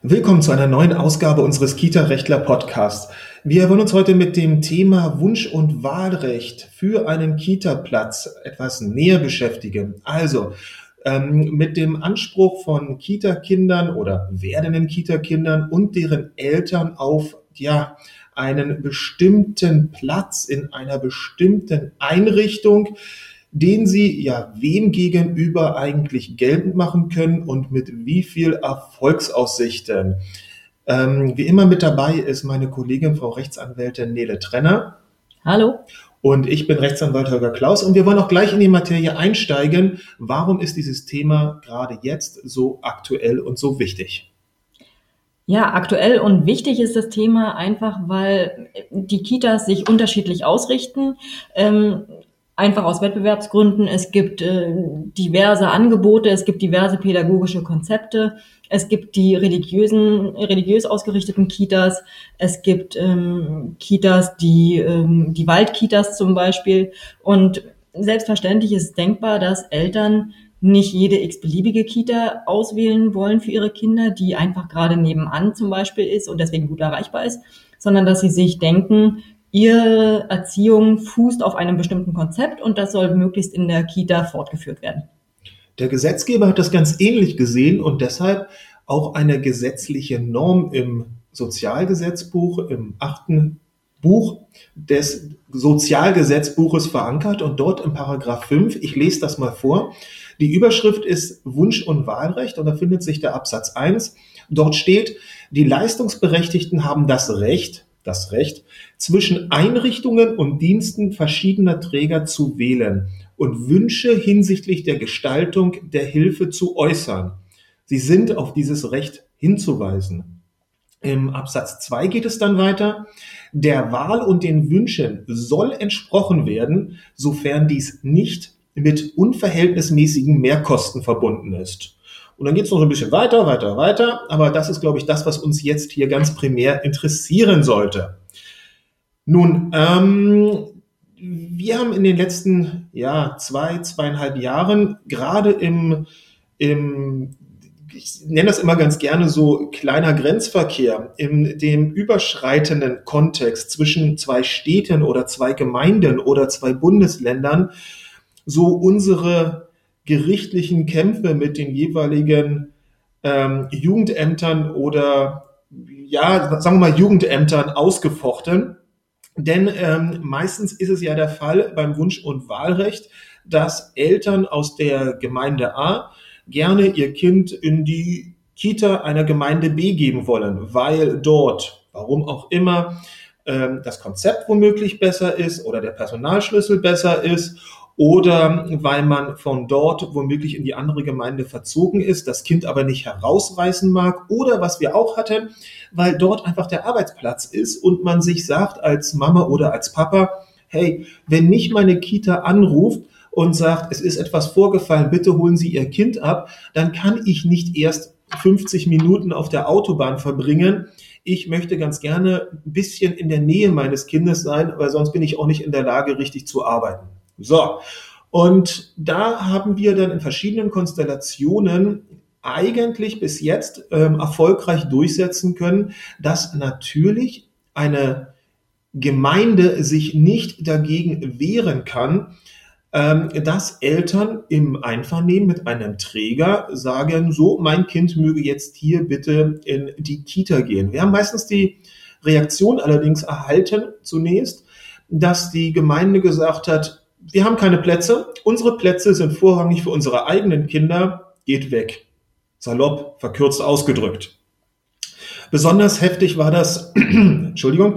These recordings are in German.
Willkommen zu einer neuen Ausgabe unseres Kita-Rechtler-Podcasts. Wir wollen uns heute mit dem Thema Wunsch- und Wahlrecht für einen Kita-Platz etwas näher beschäftigen. Also mit dem Anspruch von Kita-Kindern oder werdenden Kita-Kindern und deren Eltern auf einen bestimmten Platz in einer bestimmten Einrichtung, den sie wem gegenüber eigentlich geltend machen können und mit wie viel Erfolgsaussichten. Wie immer mit dabei ist meine Kollegin, Frau Rechtsanwältin Nele Trenner. Hallo. Und ich bin Rechtsanwalt Holger Klaus und wir wollen auch gleich in die Materie einsteigen. Warum ist dieses Thema gerade jetzt so aktuell und so wichtig? Ja, aktuell und wichtig ist das Thema einfach, weil die Kitas sich unterschiedlich ausrichten. Einfach aus Wettbewerbsgründen. Es gibt diverse Angebote, es gibt diverse pädagogische Konzepte, es gibt die religiös ausgerichteten Kitas, es gibt Kitas, die Waldkitas zum Beispiel. Und selbstverständlich ist es denkbar, dass Eltern nicht jede x-beliebige Kita auswählen wollen für ihre Kinder, die einfach gerade nebenan zum Beispiel ist und deswegen gut erreichbar ist, sondern dass sie sich denken, ihre Erziehung fußt auf einem bestimmten Konzept und das soll möglichst in der Kita fortgeführt werden. Der Gesetzgeber hat das ganz ähnlich gesehen und deshalb auch eine gesetzliche Norm im Sozialgesetzbuch, im 8. Buch des Sozialgesetzbuches verankert und dort im Paragraph 5, ich lese das mal vor, die Überschrift ist Wunsch- und Wahlrecht und da findet sich der Absatz 1. Dort steht, die Leistungsberechtigten haben das Recht, zwischen Einrichtungen und Diensten verschiedener Träger zu wählen und Wünsche hinsichtlich der Gestaltung der Hilfe zu äußern. Sie sind auf dieses Recht hinzuweisen. Im Absatz 2 geht es dann weiter. Der Wahl und den Wünschen soll entsprochen werden, sofern dies nicht mit unverhältnismäßigen Mehrkosten verbunden ist. Und dann geht es noch ein bisschen weiter, aber das ist, glaube ich, das, was uns jetzt hier ganz primär interessieren sollte. Nun, wir haben in den letzten 2,5 Jahren gerade ich nenne das immer ganz gerne so kleiner Grenzverkehr, in dem überschreitenden Kontext zwischen zwei Städten oder zwei Gemeinden oder zwei Bundesländern so unsere gerichtlichen Kämpfe mit den jeweiligen Jugendämtern oder sagen wir mal Jugendämtern ausgefochten. Denn meistens ist es ja der Fall beim Wunsch- und Wahlrecht, dass Eltern aus der Gemeinde A gerne ihr Kind in die Kita einer Gemeinde B geben wollen, weil dort, warum auch immer, das Konzept womöglich besser ist oder der Personalschlüssel besser ist oder weil man von dort womöglich in die andere Gemeinde verzogen ist, das Kind aber nicht herausreißen mag oder was wir auch hatten, weil dort einfach der Arbeitsplatz ist und man sich sagt als Mama oder als Papa, hey, wenn mich meine Kita anruft und sagt, es ist etwas vorgefallen, bitte holen Sie Ihr Kind ab, dann kann ich nicht erst 50 Minuten auf der Autobahn verbringen. Ich möchte ganz gerne ein bisschen in der Nähe meines Kindes sein, weil sonst bin ich auch nicht in der Lage, richtig zu arbeiten. So, und da haben wir dann in verschiedenen Konstellationen eigentlich bis jetzt erfolgreich durchsetzen können, dass natürlich eine Gemeinde sich nicht dagegen wehren kann, dass Eltern im Einvernehmen mit einem Träger sagen, so, mein Kind möge jetzt hier bitte in die Kita gehen. Wir haben meistens die Reaktion allerdings erhalten zunächst, dass die Gemeinde gesagt hat, wir haben keine Plätze, unsere Plätze sind vorrangig für unsere eigenen Kinder, geht weg. Salopp, verkürzt ausgedrückt. Besonders heftig war das in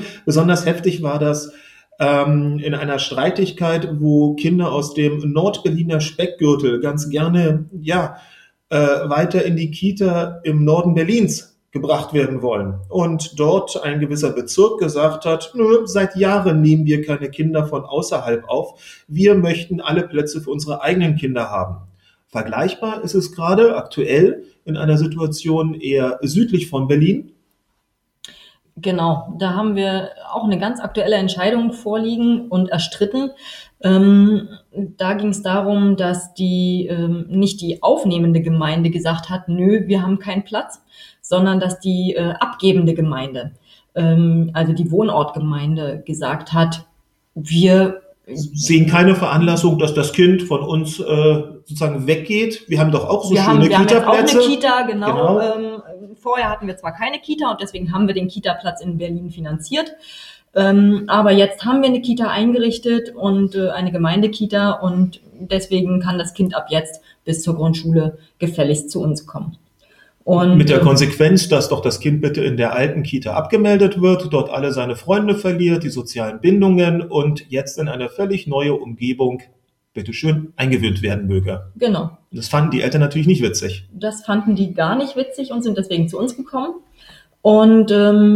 einer Streitigkeit, wo Kinder aus dem Nordberliner Speckgürtel ganz gerne weiter in die Kita im Norden Berlins gebracht werden wollen. Und dort ein gewisser Bezirk gesagt hat, nö, seit Jahren nehmen wir keine Kinder von außerhalb auf. Wir möchten alle Plätze für unsere eigenen Kinder haben. Vergleichbar ist es gerade aktuell in einer Situation eher südlich von Berlin. Genau, da haben wir auch eine ganz aktuelle Entscheidung vorliegen und erstritten. Da ging es darum, dass nicht die aufnehmende Gemeinde gesagt hat, nö, wir haben keinen Platz, sondern dass die abgebende Gemeinde, also die Wohnortgemeinde, gesagt hat, wir sehen keine Veranlassung, dass das Kind von uns sozusagen weggeht. Wir haben doch auch so schöne Kita-Plätze. Wir haben jetzt auch eine Kita, genau. Vorher hatten wir zwar keine Kita und deswegen haben wir den Kita-Platz in Berlin finanziert. Aber jetzt haben wir eine Kita eingerichtet und eine Gemeindekita und deswegen kann das Kind ab jetzt bis zur Grundschule gefälligst zu uns kommen. Und mit der Konsequenz, dass doch das Kind bitte in der alten Kita abgemeldet wird, dort alle seine Freunde verliert, die sozialen Bindungen und jetzt in eine völlig neue Umgebung, bitteschön, eingewöhnt werden möge. Genau. Das fanden die Eltern natürlich nicht witzig. Das fanden die gar nicht witzig und sind deswegen zu uns gekommen. Und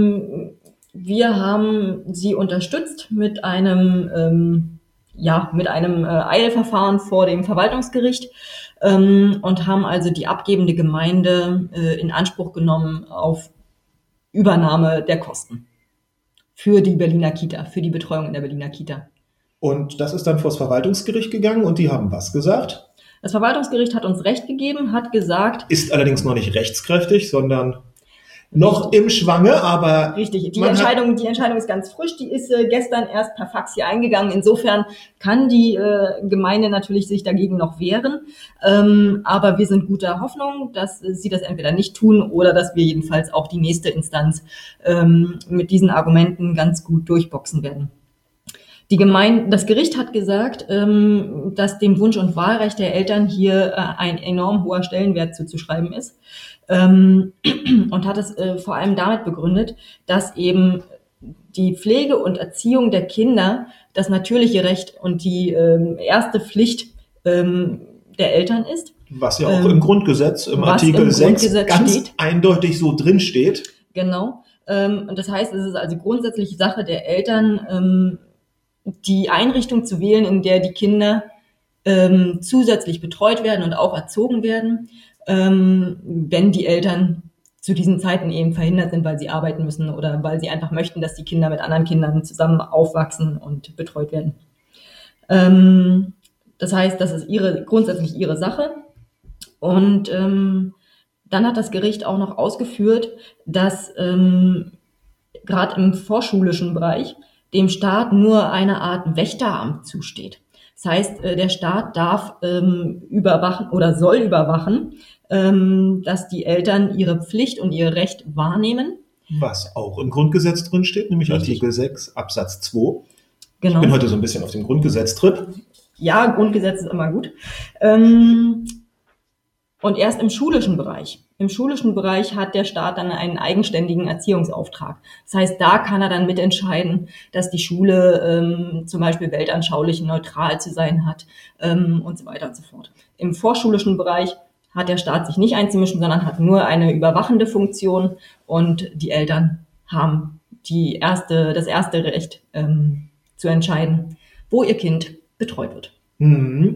wir haben sie unterstützt mit einem Eilverfahren vor dem Verwaltungsgericht und haben also die abgebende Gemeinde in Anspruch genommen auf Übernahme der Kosten für die Berliner Kita, für die Betreuung in der Berliner Kita. Und das ist dann vor das Verwaltungsgericht gegangen und die haben was gesagt? Das Verwaltungsgericht hat uns Recht gegeben, hat gesagt... Ist allerdings noch nicht rechtskräftig, sondern... noch im Schwange, aber... Richtig, die Entscheidung ist ganz frisch, die ist gestern erst per Fax hier eingegangen. Insofern kann die Gemeinde natürlich sich dagegen noch wehren, aber wir sind guter Hoffnung, dass sie das entweder nicht tun oder dass wir jedenfalls auch die nächste Instanz mit diesen Argumenten ganz gut durchboxen werden. Das Gericht hat gesagt, dass dem Wunsch- und Wahlrecht der Eltern hier ein enorm hoher Stellenwert zuzuschreiben ist. Und hat es vor allem damit begründet, dass eben die Pflege und Erziehung der Kinder das natürliche Recht und die erste Pflicht der Eltern ist. Was ja auch im Grundgesetz, im Artikel 6 ganz steht. Eindeutig so drin steht. Genau. Und das heißt, es ist also grundsätzlich Sache der Eltern, die Einrichtung zu wählen, in der die Kinder zusätzlich betreut werden und auch erzogen werden, wenn die Eltern zu diesen Zeiten eben verhindert sind, weil sie arbeiten müssen oder weil sie einfach möchten, dass die Kinder mit anderen Kindern zusammen aufwachsen und betreut werden. Das heißt, das ist grundsätzlich ihre Sache. Und dann hat das Gericht auch noch ausgeführt, dass gerade im vorschulischen Bereich dem Staat nur eine Art Wächteramt zusteht. Das heißt, der Staat darf überwachen oder soll überwachen, dass die Eltern ihre Pflicht und ihr Recht wahrnehmen. Was auch im Grundgesetz drin steht, nämlich Richtig. Artikel 6 Absatz 2. Genau. Ich bin heute so ein bisschen auf dem Grundgesetz-Trip. Ja, Grundgesetz ist immer gut. Und erst im schulischen Bereich. Im schulischen Bereich hat der Staat dann einen eigenständigen Erziehungsauftrag. Das heißt, da kann er dann mitentscheiden, dass die Schule zum Beispiel weltanschaulich neutral zu sein hat und so weiter und so fort. Im vorschulischen Bereich hat der Staat sich nicht einzumischen, sondern hat nur eine überwachende Funktion und die Eltern haben das erste Recht zu entscheiden, wo ihr Kind betreut wird. Mhm.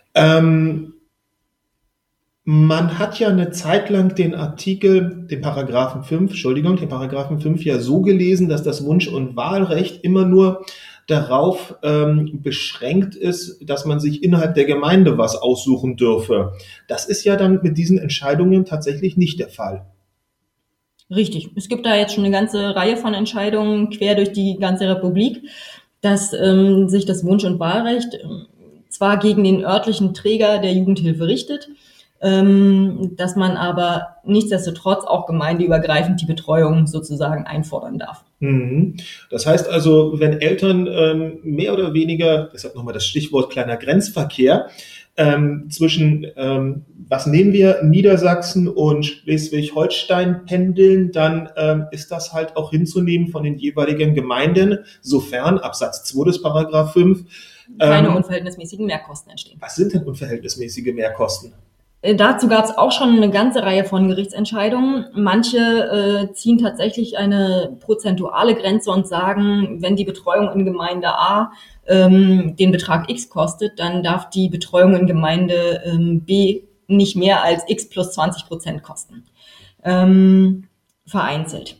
Man hat ja eine Zeit lang den Paragraphen 5 ja so gelesen, dass das Wunsch- und Wahlrecht immer nur darauf beschränkt ist, dass man sich innerhalb der Gemeinde was aussuchen dürfe. Das ist ja dann mit diesen Entscheidungen tatsächlich nicht der Fall. Richtig. Es gibt da jetzt schon eine ganze Reihe von Entscheidungen quer durch die ganze Republik, dass sich das Wunsch- und Wahlrecht zwar gegen den örtlichen Träger der Jugendhilfe richtet, dass man aber nichtsdestotrotz auch gemeindeübergreifend die Betreuung sozusagen einfordern darf. Das heißt also, wenn Eltern mehr oder weniger, deshalb nochmal das Stichwort kleiner Grenzverkehr, zwischen, was nehmen wir, Niedersachsen und Schleswig-Holstein pendeln, dann ist das halt auch hinzunehmen von den jeweiligen Gemeinden, sofern Absatz 2 des Paragraph 5 keine unverhältnismäßigen Mehrkosten entstehen. Was sind denn unverhältnismäßige Mehrkosten? Dazu gab es auch schon eine ganze Reihe von Gerichtsentscheidungen. Manche ziehen tatsächlich eine prozentuale Grenze und sagen, wenn die Betreuung in Gemeinde A den Betrag X kostet, dann darf die Betreuung in Gemeinde B nicht mehr als X plus 20% kosten. Vereinzelt.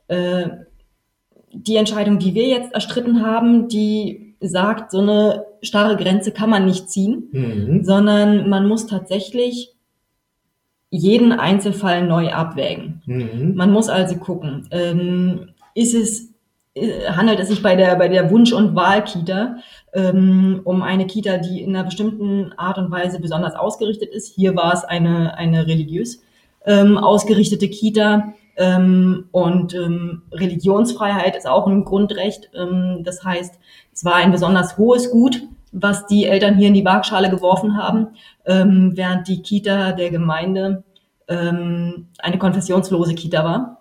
Die Entscheidung, die wir jetzt erstritten haben, die sagt, so eine starre Grenze kann man nicht ziehen, sondern man muss tatsächlich jeden Einzelfall neu abwägen. Man muss also gucken, handelt es sich bei der Wunsch- und Wahlkita um eine Kita, die in einer bestimmten Art und Weise besonders ausgerichtet ist. Hier war es eine religiös ausgerichtete Kita. Religionsfreiheit ist auch ein Grundrecht. Das heißt, es war ein besonders hohes Gut, was die Eltern hier in die Waagschale geworfen haben, während die Kita der Gemeinde eine konfessionslose Kita war.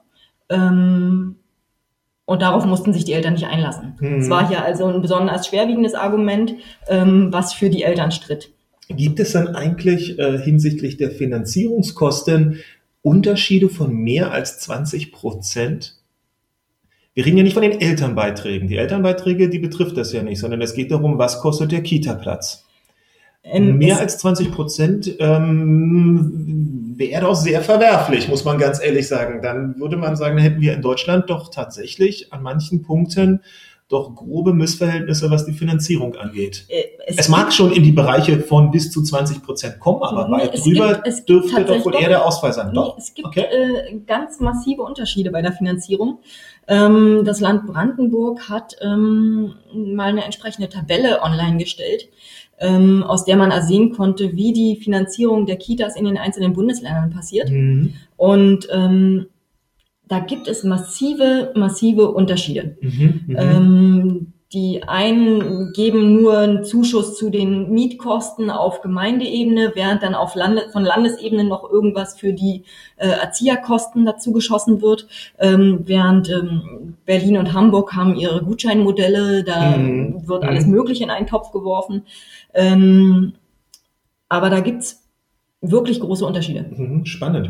Und darauf mussten sich die Eltern nicht einlassen. Es war hier also ein besonders schwerwiegendes Argument, was für die Eltern stritt. Gibt es dann eigentlich hinsichtlich der Finanzierungskosten Unterschiede von mehr als 20%? Wir reden ja nicht von den Elternbeiträgen. Die Elternbeiträge, die betrifft das ja nicht, sondern es geht darum, was kostet der Kita-Platz. Mehr als 20% wäre doch sehr verwerflich, muss man ganz ehrlich sagen. Dann würde man sagen, hätten wir in Deutschland doch tatsächlich an manchen Punkten doch grobe Missverhältnisse, was die Finanzierung angeht. Es mag schon in die Bereiche von bis zu 20% kommen, aber weit drüber dürfte doch wohl eher der Ausfall sein. Doch? Es gibt ganz massive Unterschiede bei der Finanzierung. Das Land Brandenburg hat mal eine entsprechende Tabelle online gestellt, aus der man ersehen konnte, wie die Finanzierung der Kitas in den einzelnen Bundesländern passiert. Und da gibt es massive Unterschiede. Die einen geben nur einen Zuschuss zu den Mietkosten auf Gemeindeebene, während dann von Landesebene noch irgendwas für die Erzieherkosten dazu geschossen wird. Während Berlin und Hamburg haben ihre Gutscheinmodelle, da wird alles Mögliche in einen Topf geworfen. Aber da gibt's wirklich große Unterschiede. Spannend.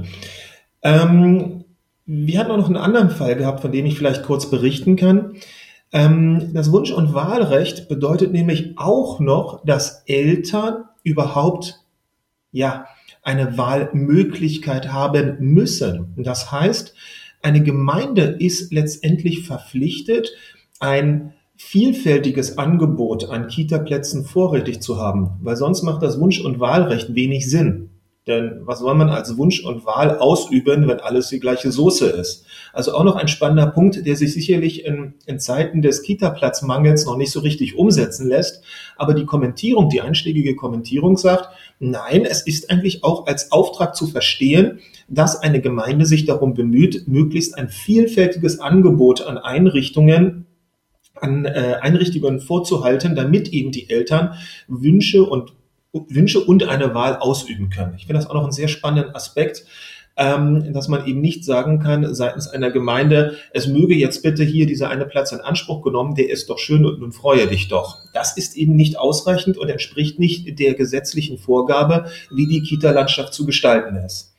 Wir hatten auch noch einen anderen Fall gehabt, von dem ich vielleicht kurz berichten kann. Das Wunsch- und Wahlrecht bedeutet nämlich auch noch, dass Eltern überhaupt eine Wahlmöglichkeit haben müssen. Das heißt, eine Gemeinde ist letztendlich verpflichtet, ein vielfältiges Angebot an Kita-Plätzen vorrätig zu haben, weil sonst macht das Wunsch- und Wahlrecht wenig Sinn. Denn was soll man als Wunsch und Wahl ausüben, wenn alles die gleiche Soße ist? Also auch noch ein spannender Punkt, der sich sicherlich in Zeiten des Kita-Platzmangels noch nicht so richtig umsetzen lässt. Aber die einschlägige Kommentierung sagt, nein, es ist eigentlich auch als Auftrag zu verstehen, dass eine Gemeinde sich darum bemüht, möglichst ein vielfältiges Angebot an Einrichtungen vorzuhalten, damit eben die Eltern Wünsche und eine Wahl ausüben können. Ich finde das auch noch einen sehr spannenden Aspekt, dass man eben nicht sagen kann seitens einer Gemeinde, es möge jetzt bitte hier dieser eine Platz in Anspruch genommen, der ist doch schön und nun freue dich doch. Das ist eben nicht ausreichend und entspricht nicht der gesetzlichen Vorgabe, wie die Kita-Landschaft zu gestalten ist.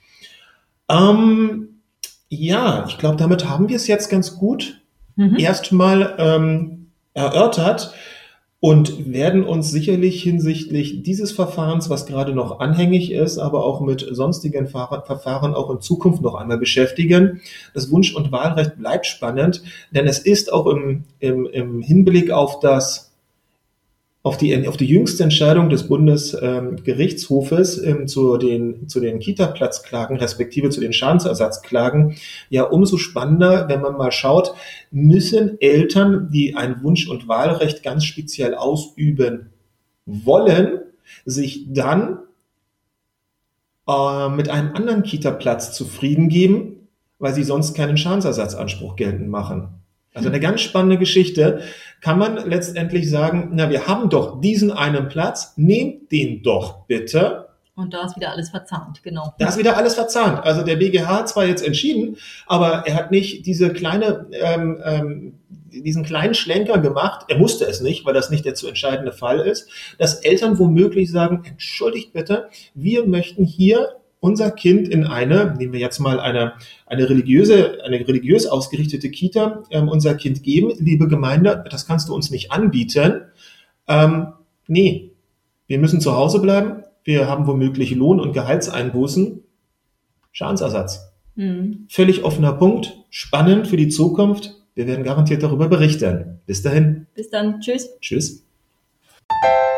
Ich glaube, damit haben wir es jetzt ganz gut erstmal erörtert. Und werden uns sicherlich hinsichtlich dieses Verfahrens, was gerade noch anhängig ist, aber auch mit sonstigen Verfahren auch in Zukunft noch einmal beschäftigen. Das Wunsch- und Wahlrecht bleibt spannend, denn es ist auch im Hinblick auf die jüngste Entscheidung des Bundesgerichtshofes zu den Kita-Platzklagen respektive zu den Schadensersatzklagen ja umso spannender, wenn man mal schaut, müssen Eltern, die ein Wunsch- und Wahlrecht ganz speziell ausüben wollen, sich dann mit einem anderen Kita-Platz zufrieden geben, weil sie sonst keinen Schadensersatzanspruch geltend machen. Also eine ganz spannende Geschichte. Kann man letztendlich sagen, wir haben doch diesen einen Platz, nehmt den doch bitte. Und da ist wieder alles verzahnt, genau. Da ist wieder alles verzahnt. Also der BGH hat zwar jetzt entschieden, aber er hat nicht diesen kleinen Schlenker gemacht. Er musste es nicht, weil das nicht der zu entscheidende Fall ist, dass Eltern womöglich sagen, entschuldigt bitte, wir möchten hier unser Kind in nehmen wir jetzt mal eine religiös ausgerichtete Kita, unser Kind geben. Liebe Gemeinde, das kannst du uns nicht anbieten. Nee, wir müssen zu Hause bleiben. Wir haben womöglich Lohn- und Gehaltseinbußen. Schadensersatz. Völlig offener Punkt. Spannend für die Zukunft. Wir werden garantiert darüber berichten. Bis dahin. Bis dann. Tschüss. Tschüss.